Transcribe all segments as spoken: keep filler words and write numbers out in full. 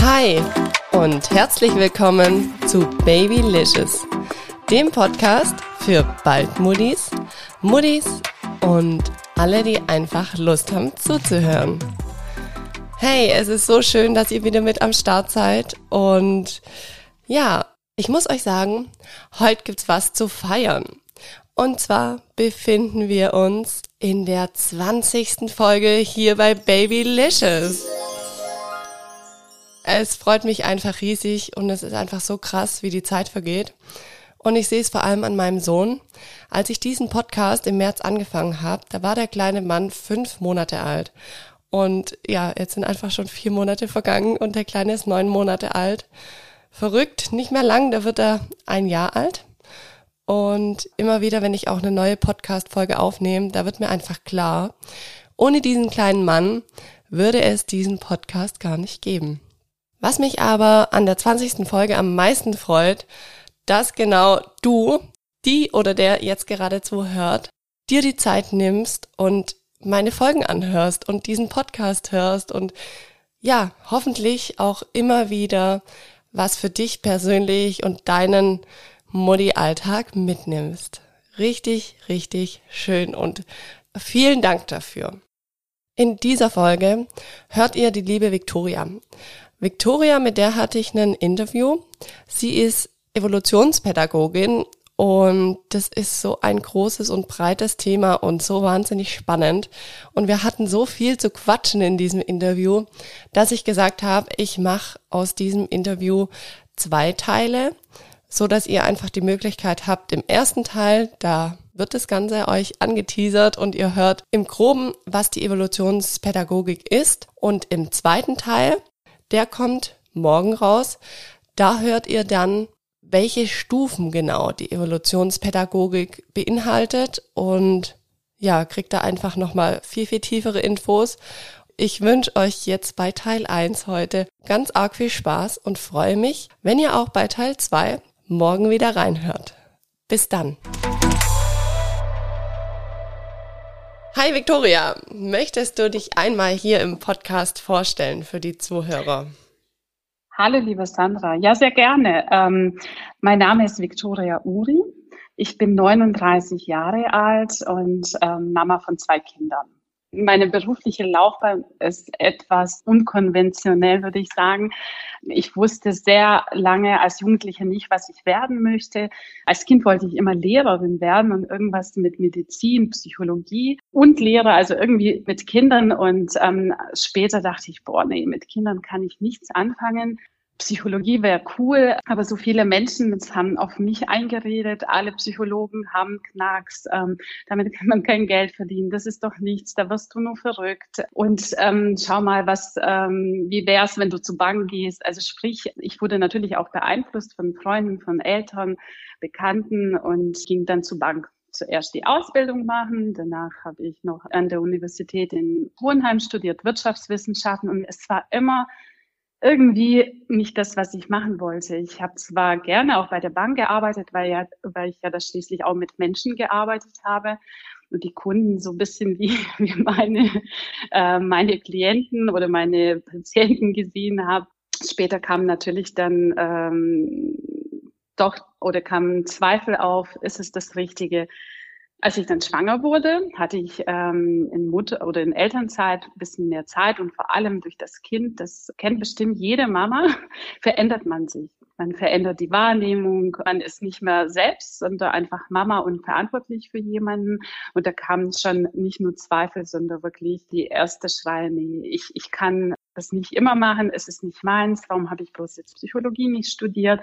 Hi und herzlich willkommen zu Babylicious, dem Podcast für Bald-Muddis, Muddis und alle, die einfach Lust haben zuzuhören. Hey, es ist so schön, dass ihr wieder mit am Start seid und ja, ich muss euch sagen, heute gibt's was zu feiern. Und zwar befinden wir uns in der zwanzigsten Folge hier bei Babylicious. Es freut mich einfach riesig und es ist einfach so krass, wie die Zeit vergeht. Und ich sehe es vor allem an meinem Sohn. Als ich diesen Podcast im März angefangen habe, da war der kleine Mann fünf Monate alt. Und ja, jetzt sind einfach schon vier Monate vergangen und der Kleine ist neun Monate alt. Verrückt, nicht mehr lang, da wird er ein Jahr alt. Und immer wieder, wenn ich auch eine neue Podcast-Folge aufnehme, da wird mir einfach klar, ohne diesen kleinen Mann würde es diesen Podcast gar nicht geben. Was mich aber an der zwanzigsten Folge am meisten freut, dass genau du, die oder der jetzt gerade zuhört, dir die Zeit nimmst und meine Folgen anhörst und diesen Podcast hörst und ja, hoffentlich auch immer wieder was für dich persönlich und deinen Muddi-Alltag mitnimmst. Richtig, richtig schön und vielen Dank dafür. In dieser Folge hört ihr die liebe Victoria. Victoria, mit der hatte ich ein Interview. Sie ist Evolutionspädagogin und das ist so ein großes und breites Thema und so wahnsinnig spannend. Und wir hatten so viel zu quatschen in diesem Interview, dass ich gesagt habe, ich mache aus diesem Interview zwei Teile, so dass ihr einfach die Möglichkeit habt, im ersten Teil, da wird das Ganze euch angeteasert und ihr hört im Groben, was die Evolutionspädagogik ist. Und im zweiten Teil, der kommt morgen raus, da hört ihr dann, welche Stufen genau die Evolutionspädagogik beinhaltet und ja, kriegt da einfach nochmal viel, viel tiefere Infos. Ich wünsche euch jetzt bei Teil eins heute ganz arg viel Spaß und freue mich, wenn ihr auch bei Teil zwei morgen wieder reinhört. Bis dann. Hi Victoria, möchtest du dich einmal hier im Podcast vorstellen für die Zuhörer? Hallo, liebe Sandra. Ja, sehr gerne. Ähm, mein Name ist Victoria Uri. Ich bin neununddreißig Jahre alt und ähm, Mama von zwei Kindern. Meine berufliche Laufbahn ist etwas unkonventionell, würde ich sagen. Ich wusste sehr lange als Jugendliche nicht, was ich werden möchte. Als Kind wollte ich immer Lehrerin werden und irgendwas mit Medizin, Psychologie und Lehre, also irgendwie mit Kindern. Und ähm, später dachte ich, boah, nee, mit Kindern kann ich nichts anfangen. Psychologie wäre cool, aber so viele Menschen haben auf mich eingeredet. Alle Psychologen haben Knacks, ähm, damit kann man kein Geld verdienen. Das ist doch nichts, da wirst du nur verrückt. Und ähm, schau mal, was, ähm, wie wär's, wenn du zur Bank gehst? Also sprich, ich wurde natürlich auch beeinflusst von Freunden, von Eltern, Bekannten und ging dann zur Bank. Zuerst die Ausbildung machen, danach habe ich noch an der Universität in Hohenheim studiert, Wirtschaftswissenschaften, und es war immer irgendwie nicht das, was ich machen wollte. Ich habe zwar gerne auch bei der Bank gearbeitet, weil, ja, weil ich ja da schließlich auch mit Menschen gearbeitet habe und die Kunden so ein bisschen wie, wie meine, äh, meine Klienten oder meine Patienten gesehen habe. Später kam natürlich dann ähm, doch oder kamen Zweifel auf, ist es das Richtige? Als ich dann schwanger wurde, hatte ich ähm, in Mutter- oder in Elternzeit ein bisschen mehr Zeit und vor allem durch das Kind, das kennt bestimmt jede Mama, verändert man sich. Man verändert die Wahrnehmung, man ist nicht mehr selbst, sondern einfach Mama und verantwortlich für jemanden. Und da kamen schon nicht nur Zweifel, sondern wirklich die erste Schreie, nee, ich, ich kann das nicht immer machen, es ist nicht meins, warum habe ich bloß jetzt Psychologie nicht studiert?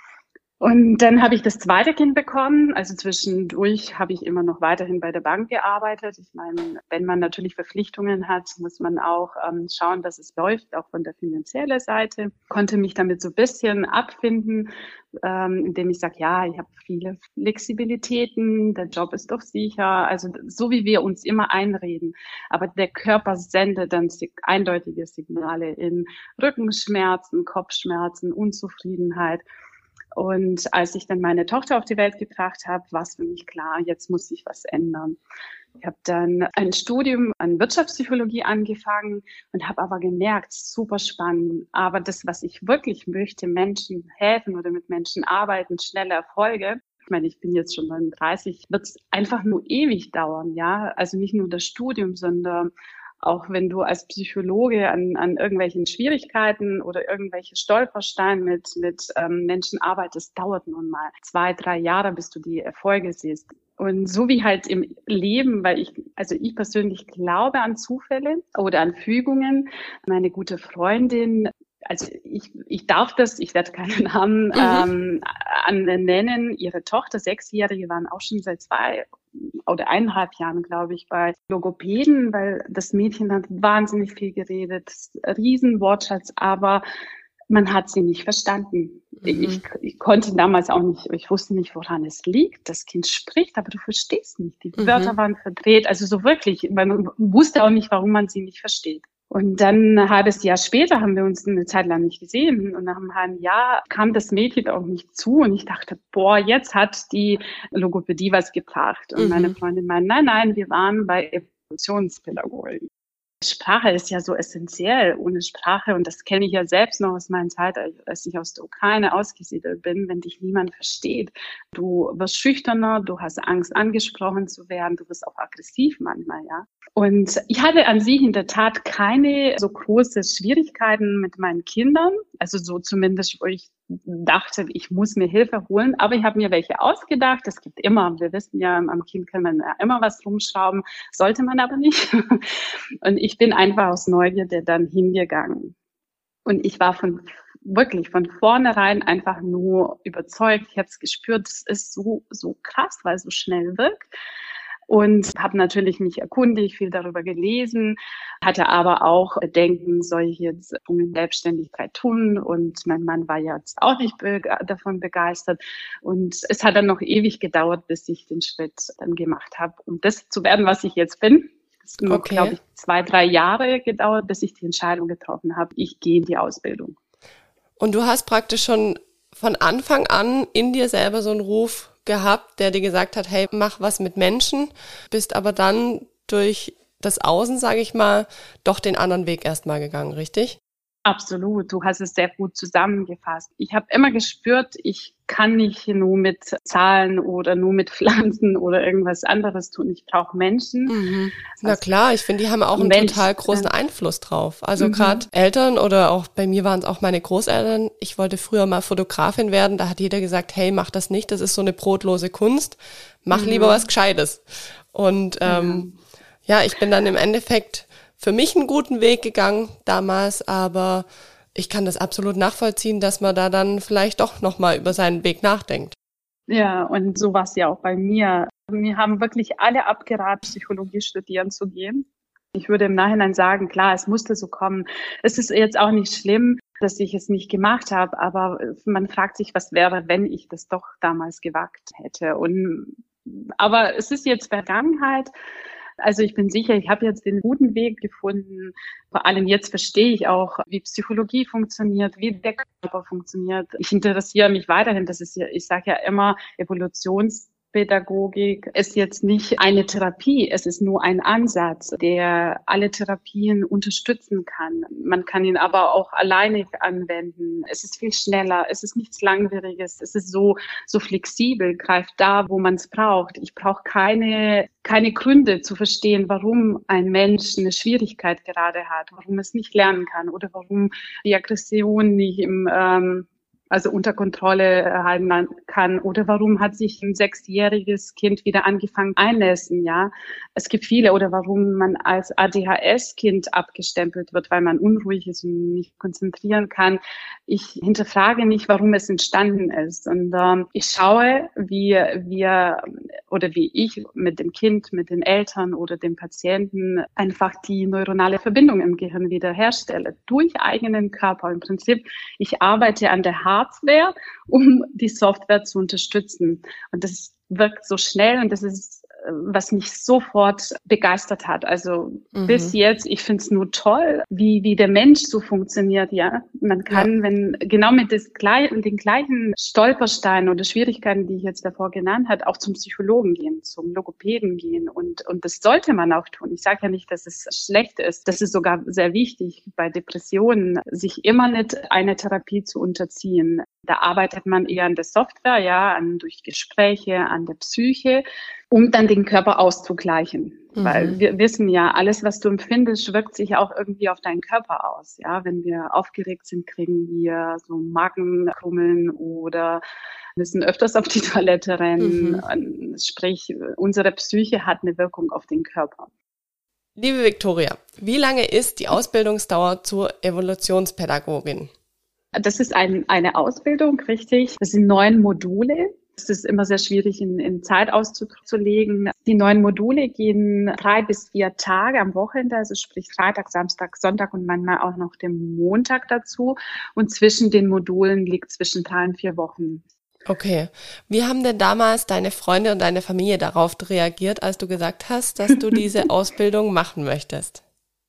Und dann habe ich das zweite Kind bekommen. Also zwischendurch habe ich immer noch weiterhin bei der Bank gearbeitet. Ich meine, wenn man natürlich Verpflichtungen hat, muss man auch ähm, schauen, dass es läuft, auch von der finanziellen Seite. Konnte mich damit so ein bisschen abfinden, ähm, indem ich sage, ja, ich habe viele Flexibilitäten, der Job ist doch sicher. Also so wie wir uns immer einreden. Aber der Körper sendet dann eindeutige Signale in Rückenschmerzen, Kopfschmerzen, Unzufriedenheit. Und als ich dann meine Tochter auf die Welt gebracht habe, war es für mich klar, jetzt muss sich was ändern. Ich habe dann ein Studium an Wirtschaftspsychologie angefangen und habe aber gemerkt, super spannend. Aber das, was ich wirklich möchte, Menschen helfen oder mit Menschen arbeiten, schnelle Erfolge. Ich meine, ich bin jetzt schon neununddreißig, wird es einfach nur ewig dauern, ja. Also nicht nur das Studium, sondern auch wenn du als Psychologe an, an irgendwelchen Schwierigkeiten oder irgendwelche Stolpersteine mit, mit ähm, Menschen arbeitest, dauert nun mal zwei, drei Jahre, bis du die Erfolge siehst. Und so wie halt im Leben, weil ich, also ich persönlich glaube an Zufälle oder an Fügungen. Meine gute Freundin, also ich, ich darf das, ich werde keinen Namen mhm. ähm, an, nennen. Ihre Tochter, Sechsjährige, waren auch schon seit zwei oder eineinhalb Jahren, glaube ich, bei Logopäden, weil das Mädchen hat wahnsinnig viel geredet, riesen Wortschatz, aber man hat sie nicht verstanden. Mhm. Ich, ich konnte damals auch nicht, ich wusste nicht, woran es liegt. Das Kind spricht, aber du verstehst nicht. Die mhm. Wörter waren verdreht, also so wirklich, man wusste auch nicht, warum man sie nicht versteht. Und dann ein halbes Jahr später haben wir uns eine Zeit lang nicht gesehen. Und nach einem halben Jahr kam das Mädchen auf mich zu und ich dachte, boah, jetzt hat die Logopädie was gebracht. Und mhm. meine Freundin meinte, nein, nein, wir waren bei Evolutionspädagogik. Sprache ist ja so essentiell. Ohne Sprache, und das kenne ich ja selbst noch aus meiner Zeit, als ich aus der Ukraine ausgesiedelt bin, wenn dich niemand versteht. Du wirst schüchterner, du hast Angst, angesprochen zu werden, du wirst auch aggressiv manchmal, ja. Und ich hatte an sich in der Tat keine so große Schwierigkeiten mit meinen Kindern, also so zumindest, wo ich dachte, ich muss mir Hilfe holen, aber ich habe mir welche ausgedacht. Es gibt immer, wir wissen ja, am Kind kann man ja immer was rumschrauben, sollte man aber nicht. Und ich bin einfach aus Neugierde dann hingegangen. Und ich war von wirklich von vornherein einfach nur überzeugt. Ich habe es gespürt, es ist so so krass, weil es so schnell wirkt. Und habe natürlich mich erkundigt, viel darüber gelesen, hatte aber auch Bedenken, soll ich jetzt um Selbstständigkeit tun? Und mein Mann war jetzt auch nicht be- davon begeistert. Und es hat dann noch ewig gedauert, bis ich den Schritt dann gemacht habe, um das zu werden, was ich jetzt bin. Es hat nur, okay. glaube ich, zwei, drei Jahre gedauert, bis ich die Entscheidung getroffen habe, ich gehe in die Ausbildung. Und du hast praktisch schon von Anfang an in dir selber so einen Ruf gehabt, der dir gesagt hat, hey, mach was mit Menschen, bist aber dann durch das Außen, sage ich mal, doch den anderen Weg erstmal gegangen, richtig? Absolut, du hast es sehr gut zusammengefasst. Ich habe immer gespürt, ich kann nicht nur mit Zahlen oder nur mit Pflanzen oder irgendwas anderes tun. Ich brauche Menschen. Mhm. Na also, klar, ich finde, die haben auch einen Mensch, total großen Einfluss drauf. Also mhm. gerade Eltern oder auch bei mir waren es auch meine Großeltern. Ich wollte früher mal Fotografin werden. Da hat jeder gesagt, hey, mach das nicht, das ist so eine brotlose Kunst. Mach mhm. lieber was Gescheites. Und ähm, mhm. ja, ich bin dann im Endeffekt für mich einen guten Weg gegangen damals, aber ich kann das absolut nachvollziehen, dass man da dann vielleicht doch nochmal über seinen Weg nachdenkt. Ja, und so war es ja auch bei mir. Mir haben wirklich alle abgeraten, Psychologie studieren zu gehen. Ich würde im Nachhinein sagen, klar, es musste so kommen. Es ist jetzt auch nicht schlimm, dass ich es nicht gemacht habe, aber man fragt sich, was wäre, wenn ich das doch damals gewagt hätte. Und aber es ist jetzt Vergangenheit. Also ich bin sicher, ich habe jetzt den guten Weg gefunden. Vor allem jetzt verstehe ich auch, wie Psychologie funktioniert, wie der Körper funktioniert. Ich interessiere mich weiterhin. Das ist ja, ich sage ja immer, Evolutions Pädagogik ist jetzt nicht eine Therapie, es ist nur ein Ansatz, der alle Therapien unterstützen kann. Man kann ihn aber auch alleine anwenden. Es ist viel schneller, es ist nichts Langwieriges, es ist so so flexibel, greift da, wo man es braucht. Ich brauche keine keine Gründe zu verstehen, warum ein Mensch eine Schwierigkeit gerade hat, warum es nicht lernen kann oder warum die Aggression nicht im ähm, also unter Kontrolle halten kann. Oder warum hat sich ein sechsjähriges Kind wieder angefangen einnässen, ja? Es gibt viele. Oder warum man als A D H S-Kind abgestempelt wird, weil man unruhig ist und nicht konzentrieren kann. Ich hinterfrage nicht, warum es entstanden ist. Und ähm, ich schaue, wie wir oder wie ich mit dem Kind, mit den Eltern oder dem Patienten einfach die neuronale Verbindung im Gehirn wiederherstelle. Durch eigenen Körper. Im Prinzip, ich arbeite an der Hardware, um die Software zu unterstützen. Und das wirkt so schnell und das ist was mich sofort begeistert hat. Also mhm. bis jetzt, ich finde es nur toll, wie, wie der Mensch so funktioniert, ja. Man kann, ja. wenn genau mit des, den gleichen Stolpersteinen oder Schwierigkeiten, die ich jetzt davor genannt habe, auch zum Psychologen gehen, zum Logopäden gehen. Und, und das sollte man auch tun. Ich sage ja nicht, dass es schlecht ist. Das ist sogar sehr wichtig bei Depressionen, sich immer nicht einer Therapie zu unterziehen. Da arbeitet man eher an der Software, ja, an durch Gespräche, an der Psyche, um dann den Körper auszugleichen. Mhm. Weil wir wissen ja, alles, was du empfindest, wirkt sich auch irgendwie auf deinen Körper aus. Ja, wenn wir aufgeregt sind, kriegen wir so Magenkrummeln oder müssen öfters auf die Toilette rennen. Mhm. Sprich, unsere Psyche hat eine Wirkung auf den Körper. Liebe Viktoria, wie lange ist die Ausbildungsdauer zur Evolutionspädagogin? Das ist ein, eine Ausbildung, richtig. Das sind neun Module. Es ist immer sehr schwierig, in, in Zeit auszulegen. Die neun Module gehen drei bis vier Tage am Wochenende, also sprich Freitag, Samstag, Sonntag und manchmal auch noch den Montag dazu. Und zwischen den Modulen liegt zwischen drei und vier Wochen. Okay. Wie haben denn damals deine Freunde und deine Familie darauf reagiert, als du gesagt hast, dass du diese Ausbildung machen möchtest?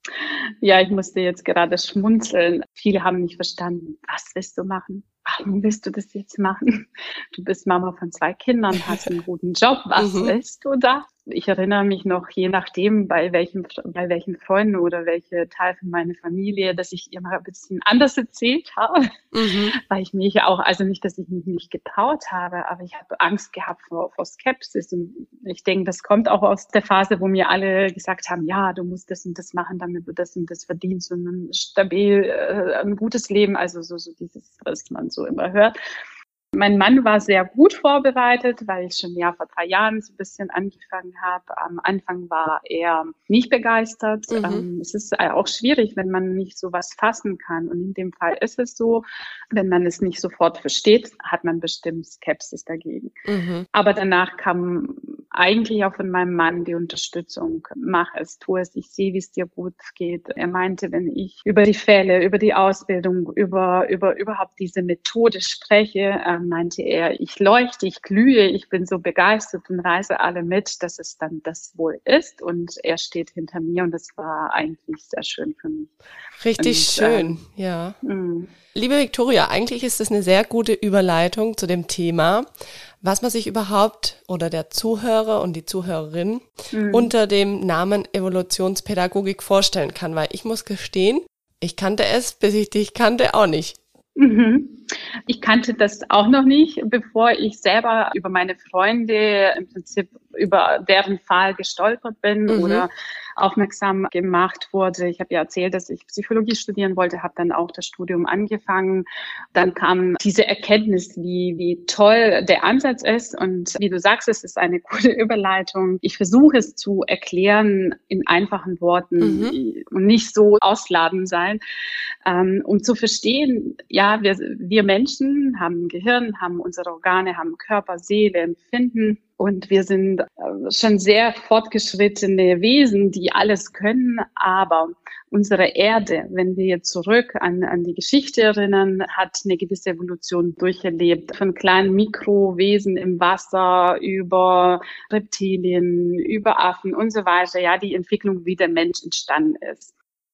Ja, ich musste jetzt gerade schmunzeln. Viele haben nicht verstanden. Was willst du machen? Warum willst du das jetzt machen? Du bist Mama von zwei Kindern, hast einen guten Job. Was mhm. willst du da? Ich erinnere mich noch, je nachdem, bei welchem, bei welchen Freunden oder welche Teil von meiner Familie, dass ich immer ein bisschen anders erzählt habe, mhm. weil ich mich auch, also nicht, dass ich mich nicht getraut habe, aber ich habe Angst gehabt vor, vor Skepsis. Und ich denke, das kommt auch aus der Phase, wo mir alle gesagt haben, ja, du musst das und das machen, damit du das und das verdienst und ein stabil, äh, ein gutes Leben, also so, so dieses, was man so immer hört. Mein Mann war sehr gut vorbereitet, weil ich schon ja vor drei Jahren so ein bisschen angefangen habe. Am Anfang war er nicht begeistert. Mhm. Ähm, es ist auch schwierig, wenn man nicht so was fassen kann. Und in dem Fall ist es so, wenn man es nicht sofort versteht, hat man bestimmt Skepsis dagegen. Mhm. Aber danach kam eigentlich auch von meinem Mann die Unterstützung. Mach es, tu es, ich sehe, wie es dir gut geht. Er meinte, wenn ich über die Fälle, über die Ausbildung, über, über überhaupt diese Methode spreche, meinte er, ich leuchte, ich glühe, ich bin so begeistert und reiße alle mit, dass es dann das wohl ist. Und er steht hinter mir und das war eigentlich sehr schön für mich. Richtig und, schön, ähm, ja. Mh. Liebe Viktoria, eigentlich ist das eine sehr gute Überleitung zu dem Thema, was man sich überhaupt oder der Zuhörer und die Zuhörerin mhm. unter dem Namen Evolutionspädagogik vorstellen kann, weil ich muss gestehen, ich kannte es, bis ich dich kannte, auch nicht. Mhm. Ich kannte das auch noch nicht, bevor ich selber über meine Freunde im Prinzip über deren Fall gestolpert bin mhm. oder aufmerksam gemacht wurde. Ich habe ja erzählt, dass ich Psychologie studieren wollte, habe dann auch das Studium angefangen. Dann kam diese Erkenntnis, wie, wie toll der Ansatz ist. Und wie du sagst, es ist eine gute Überleitung. Ich versuche es zu erklären in einfachen Worten mhm. und nicht so ausladend sein, ähm, um zu verstehen, ja, wir, wir Menschen haben ein Gehirn, haben unsere Organe, haben Körper, Seele, Empfinden. Und wir sind schon sehr fortgeschrittene Wesen, die alles können. Aber unsere Erde, wenn wir jetzt zurück an, an die Geschichte erinnern, hat eine gewisse Evolution durcherlebt. Von kleinen Mikrowesen im Wasser über Reptilien, über Affen und so weiter. Ja, die Entwicklung, wie der Mensch entstanden ist.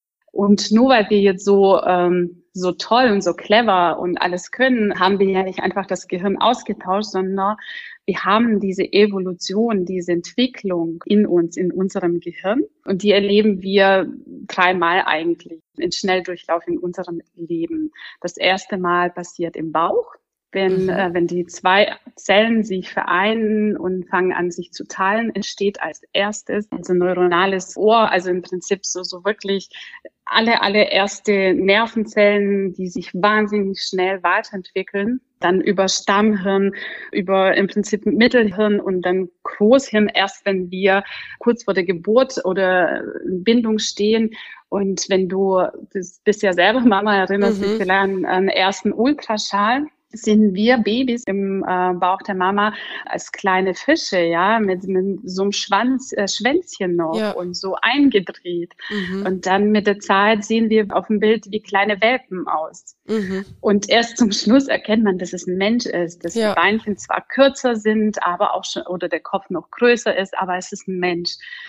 Und nur weil wir jetzt so ähm, so toll und so clever und alles können, haben wir ja nicht einfach das Gehirn ausgetauscht, sondern wir haben diese Evolution, diese Entwicklung in uns, in unserem Gehirn. Und die erleben wir dreimal eigentlich in Schnelldurchlauf in unserem Leben. Das erste Mal passiert im Bauch. Wenn, mhm. äh, wenn die zwei Zellen sich vereinen und fangen an, sich zu teilen, entsteht als erstes unser neuronales Ohr, also im Prinzip so, so wirklich alle, alle erste Nervenzellen, die sich wahnsinnig schnell weiterentwickeln, dann über Stammhirn, über im Prinzip Mittelhirn und dann Großhirn, erst wenn wir kurz vor der Geburt oder in Bindung stehen. Und wenn du, das bist ja selber Mama, erinnerst dich mhm. vielleicht an, an den ersten Ultraschall, sind wir Babys im äh, Bauch der Mama als kleine Fische, ja, mit, mit so einem Schwanz, äh, Schwänzchen noch Ja. und so eingedreht. Mhm. Und dann mit der Zeit sehen wir auf dem Bild wie kleine Welpen aus. Mhm. Und erst zum Schluss erkennt man, dass es ein Mensch ist, dass Ja. die Beinchen zwar kürzer sind, aber auch schon, oder der Kopf noch größer ist, aber es ist ein Mensch.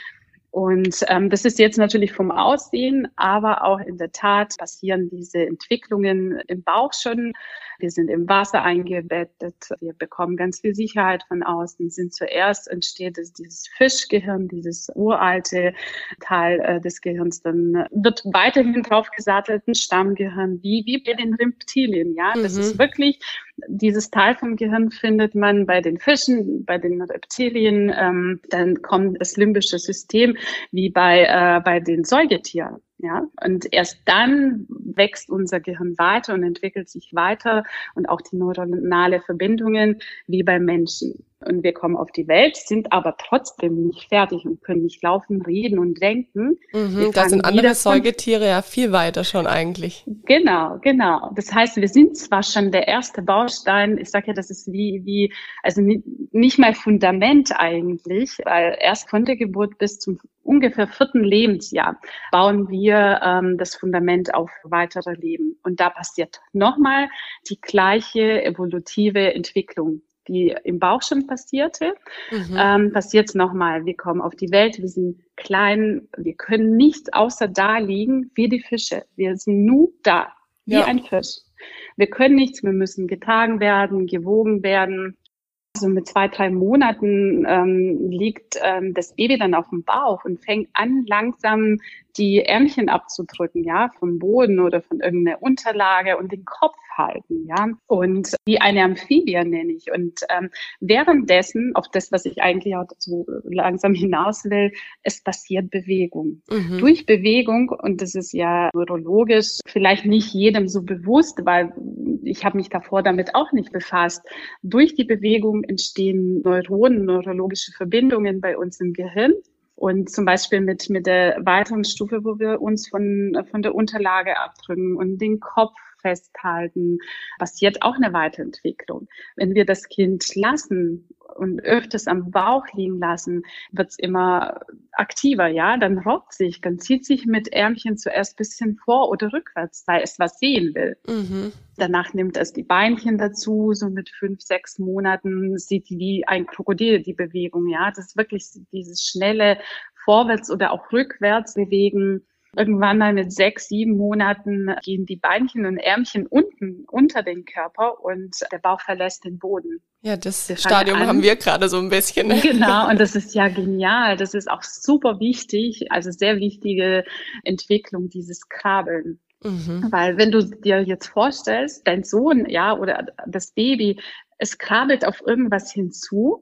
Und ähm, das ist jetzt natürlich vom Aussehen, aber auch in der Tat passieren diese Entwicklungen im Bauch schon. Wir sind im Wasser eingebettet, wir bekommen ganz viel Sicherheit von außen. Sind zuerst entsteht es dieses Fischgehirn, dieses uralte Teil äh, des Gehirns. Dann wird weiterhin draufgesattelt ein Stammgehirn, wie wie bei den Reptilien. Ja, Mhm. das ist wirklich dieses Teil vom Gehirn findet man bei den Fischen, bei den Reptilien. Ähm, dann kommt das limbische System wie bei äh, bei den Säugetieren. Ja, und erst dann wächst unser Gehirn weiter und entwickelt sich weiter und auch die neuronale Verbindungen wie beim Menschen. Und wir kommen auf die Welt, sind aber trotzdem nicht fertig und können nicht laufen, reden und denken. Mhm, da sind andere Säugetiere ja viel weiter schon eigentlich. Genau, genau. Das heißt, wir sind zwar schon der erste Baustein, ich sage ja, das ist wie, wie, also nicht mal Fundament eigentlich, weil erst von der Geburt bis zum ungefähr vierten Lebensjahr bauen wir ähm, das Fundament auf weitere Leben. Und da passiert nochmal die gleiche evolutive Entwicklung, die im Bauch schon passierte, mhm. ähm, passiert es nochmal. Wir kommen auf die Welt, wir sind klein, wir können nicht außer da liegen wie die Fische. Wir sind nur da, wie ja. ein Fisch. Wir können nichts, wir müssen getragen werden, gewogen werden. Also mit zwei, drei Monaten ähm, liegt ähm, das Baby dann auf dem Bauch und fängt an, langsam die Ärmchen abzudrücken, ja, vom Boden oder von irgendeiner Unterlage und den Kopf halten, ja. Und wie eine Amphibie nenne ich. Und ähm, währenddessen, auf das, was ich eigentlich auch dazu langsam hinaus will, es passiert Bewegung. Mhm. Durch Bewegung, und das ist ja neurologisch vielleicht nicht jedem so bewusst, weil ich habe mich davor damit auch nicht befasst. Durch die Bewegung entstehen Neuronen, neurologische Verbindungen bei uns im Gehirn. Und zum Beispiel mit, mit der weiteren Stufe, wo wir uns von, von der Unterlage abdrücken und den Kopf festhalten, passiert auch eine Weiterentwicklung. Wenn wir das Kind lassen und öfters am Bauch liegen lassen, wird es immer aktiver, ja, dann rockt sich, dann zieht sich mit Ärmchen zuerst ein bisschen vor oder rückwärts, weil es was sehen will. Mhm. Danach nimmt es die Beinchen dazu, so mit fünf, sechs Monaten sieht die wie ein Krokodil die Bewegung, ja, das ist wirklich dieses schnelle Vorwärts- oder auch rückwärts bewegen. Irgendwann mal mit sechs, sieben Monaten gehen die Beinchen und Ärmchen unten unter den Körper und der Bauch verlässt den Boden. Ja, das wir Stadium haben wir gerade so ein bisschen. Ne? Genau, und das ist ja genial. Das ist auch super wichtig, also sehr wichtige Entwicklung, dieses Krabbeln. Mhm. Weil wenn du dir jetzt vorstellst, dein Sohn, ja, oder das Baby, es krabbelt auf irgendwas hinzu.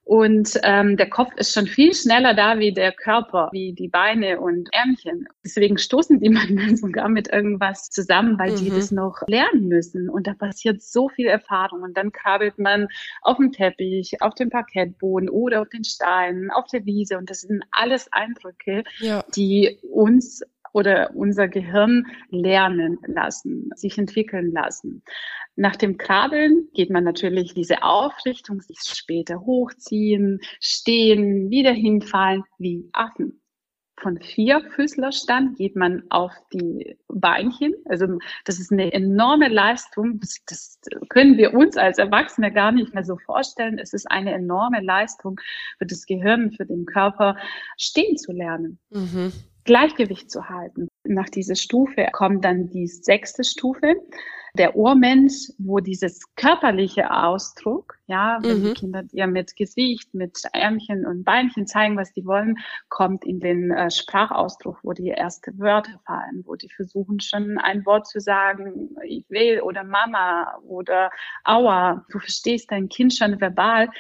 Und ähm, der Kopf ist schon viel schneller da wie der Körper, wie die Beine und Ärmchen. Deswegen stoßen die manchmal sogar mit irgendwas zusammen, weil mhm. die das noch lernen müssen. Und da passiert so viel Erfahrung. Und dann krabbelt man auf dem Teppich, auf dem Parkettboden oder auf den Steinen, auf der Wiese. Und das sind alles Eindrücke, ja. die uns oder unser Gehirn lernen lassen, sich entwickeln lassen. Nach dem Krabbeln geht man natürlich diese Aufrichtung, sich später hochziehen, stehen, wieder hinfallen wie Affen. Von Vierfüßlerstand geht man auf die Beinchen. Also das ist eine enorme Leistung. Das, das können wir uns als Erwachsene gar nicht mehr so vorstellen. Es ist eine enorme Leistung für das Gehirn, für den Körper, stehen zu lernen. Mhm. Gleichgewicht zu halten. Nach dieser Stufe kommt dann die sechste Stufe, der Urmensch, wo dieses körperliche Ausdruck, ja, wenn mhm. die Kinder dir mit Gesicht, mit Ärmchen und Beinchen zeigen, was die wollen, kommt in den äh, Sprachausdruck, wo die ersten Wörter fallen, wo die versuchen schon ein Wort zu sagen, ich will oder Mama oder Aua, du verstehst dein Kind schon verbal.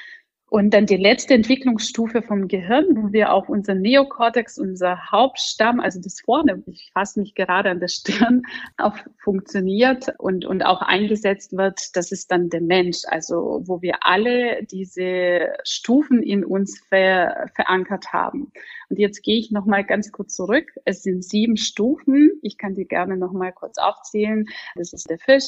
Und dann die letzte Entwicklungsstufe vom Gehirn, wo wir auch unser Neokortex, unser Hauptstamm, also das vorne, ich fasse mich gerade an der Stirn, auch funktioniert und, und auch eingesetzt wird, das ist dann der Mensch, also wo wir alle diese Stufen in uns ver, verankert haben. Und jetzt gehe ich nochmal ganz kurz zurück. Es sind sieben Stufen. Ich kann die gerne nochmal kurz aufzählen. Das ist der Fisch.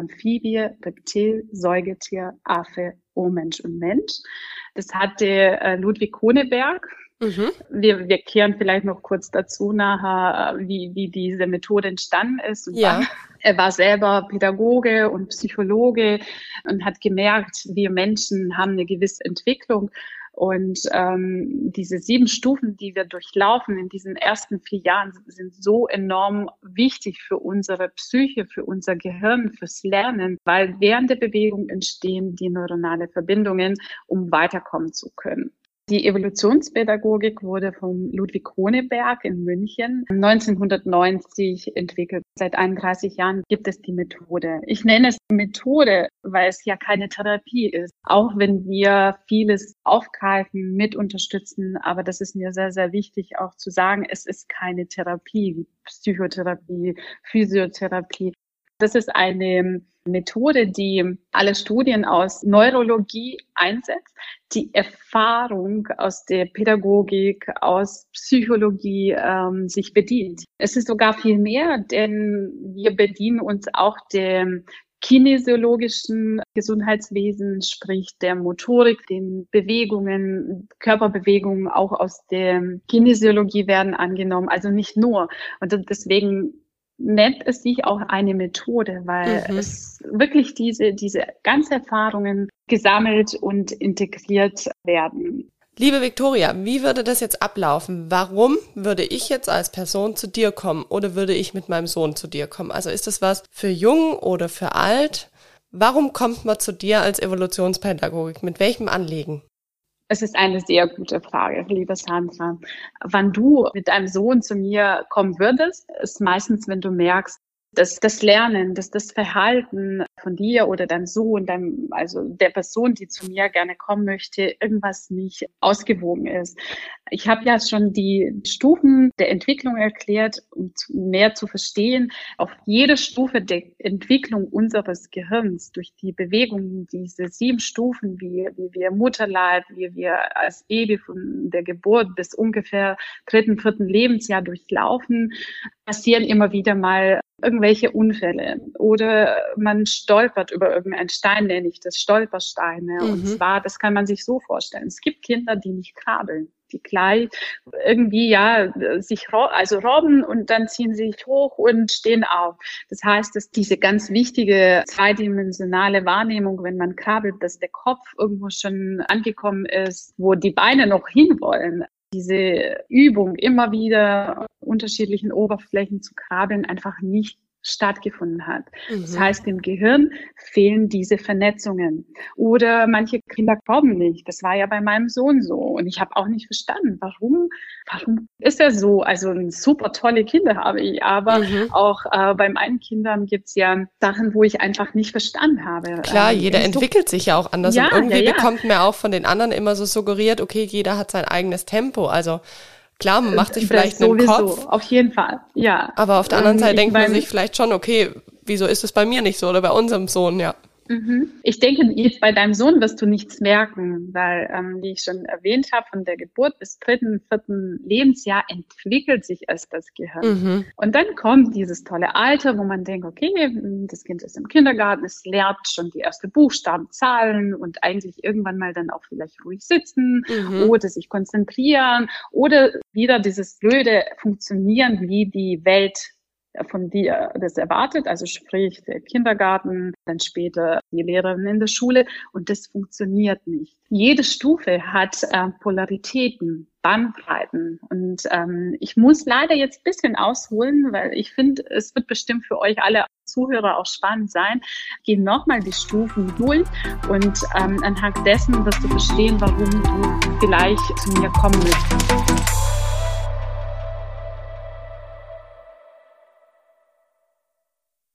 Amphibie, Reptil, Säugetier, Affe, Urmensch und Mensch. Das hatte äh, Ludwig Koneberg. Mhm. Wir, wir kehren vielleicht noch kurz dazu nachher, wie, wie diese Methode entstanden ist. Und ja. Er war selber Pädagoge und Psychologe und hat gemerkt, wir Menschen haben eine gewisse Entwicklung. Und ähm, diese sieben Stufen, die wir durchlaufen in diesen ersten vier Jahren, sind so enorm wichtig für unsere Psyche, für unser Gehirn, fürs Lernen, weil während der Bewegung entstehen die neuronale Verbindungen, um weiterkommen zu können. Die Evolutionspädagogik wurde von Ludwig Koneberg in München neunzehnhundertneunzig entwickelt. Seit einunddreißig Jahren gibt es die Methode. Ich nenne es Methode, weil es ja keine Therapie ist. Auch wenn wir vieles aufgreifen, mit unterstützen. Aber das ist mir sehr, sehr wichtig auch zu sagen, es ist keine Therapie, wie Psychotherapie, Physiotherapie. Das ist eine Methode, die alle Studien aus Neurologie einsetzt, die Erfahrung aus der Pädagogik, aus Psychologie ähm, sich bedient. Es ist sogar viel mehr, denn wir bedienen uns auch dem kinesiologischen Gesundheitswesen, sprich der Motorik, den Bewegungen, Körperbewegungen auch aus der Kinesiologie werden angenommen, also nicht nur. Und deswegen nennt es sich auch eine Methode, weil mhm. es wirklich diese, diese ganzen Erfahrungen gesammelt und integriert werden. Liebe Viktoria, wie würde das jetzt ablaufen? Warum würde ich jetzt als Person zu dir kommen oder würde ich mit meinem Sohn zu dir kommen? Also ist das was für jung oder für alt? Warum kommt man zu dir als Evolutionspädagogik? Mit welchem Anliegen? Es ist eine sehr gute Frage, liebe Sandra. Wann du mit deinem Sohn zu mir kommen würdest, ist meistens, wenn du merkst, dass das Lernen, dass das Verhalten von dir oder deinem Sohn, deinem, also der Person, die zu mir gerne kommen möchte, irgendwas nicht ausgewogen ist. Ich habe ja schon die Stufen der Entwicklung erklärt, um mehr zu verstehen. Auf jede Stufe der Entwicklung unseres Gehirns durch die Bewegungen, diese sieben Stufen, wie, wie wir Mutterleib, wie wir als Baby von der Geburt bis ungefähr dritten, vierten Lebensjahr durchlaufen, passieren immer wieder mal irgendwelche Unfälle oder man stolpert über irgendeinen Stein, nenne ich das Stolpersteine. Mhm. Und zwar, das kann man sich so vorstellen. Es gibt Kinder, die nicht krabbeln, die gleich irgendwie, ja, sich, also robben und dann ziehen sie sich hoch und stehen auf. Das heißt, dass diese ganz wichtige zweidimensionale Wahrnehmung, wenn man krabbelt, dass der Kopf irgendwo schon angekommen ist, wo die Beine noch hinwollen. Diese Übung, immer wieder unterschiedlichen Oberflächen zu krabbeln, einfach nicht stattgefunden hat. Mhm. Das heißt, im Gehirn fehlen diese Vernetzungen. Oder manche Kinder glauben nicht. Das war ja bei meinem Sohn so. Und ich habe auch nicht verstanden, warum, warum ist er so? Also super tolle Kinder habe ich, aber mhm. auch äh, bei meinen Kindern gibt's ja Sachen, wo ich einfach nicht verstanden habe. Klar, ähm, jeder entwickelt sich ja auch anders. Ja, und irgendwie ja, ja. bekommt man auch von den anderen immer so suggeriert, okay, jeder hat sein eigenes Tempo. Also klar, man macht sich vielleicht das einen sowieso, Kopf. Auf jeden Fall, ja. Aber auf der anderen Seite denkt man sich vielleicht schon, okay, wieso ist es bei mir nicht so oder bei unserem Sohn, ja. Ich denke, jetzt bei deinem Sohn wirst du nichts merken, weil, ähm, wie ich schon erwähnt habe, von der Geburt bis dritten, vierten Lebensjahr entwickelt sich erst das Gehirn. Mhm. Und dann kommt dieses tolle Alter, wo man denkt, okay, das Kind ist im Kindergarten, es lernt schon die ersten Buchstaben, Zahlen und eigentlich irgendwann mal dann auch vielleicht ruhig sitzen mhm. oder sich konzentrieren oder wieder dieses blöde Funktionieren, wie die Welt von dir das erwartet, also sprich der Kindergarten, dann später die Lehrerin in der Schule und das funktioniert nicht. Jede Stufe hat äh, Polaritäten, Bandbreiten und ähm, ich muss leider jetzt ein bisschen ausholen, weil ich finde, es wird bestimmt für euch alle Zuhörer auch spannend sein. Geh nochmal die Stufen durch und ähm, anhand dessen wirst du verstehen, warum du vielleicht zu mir kommen möchtest.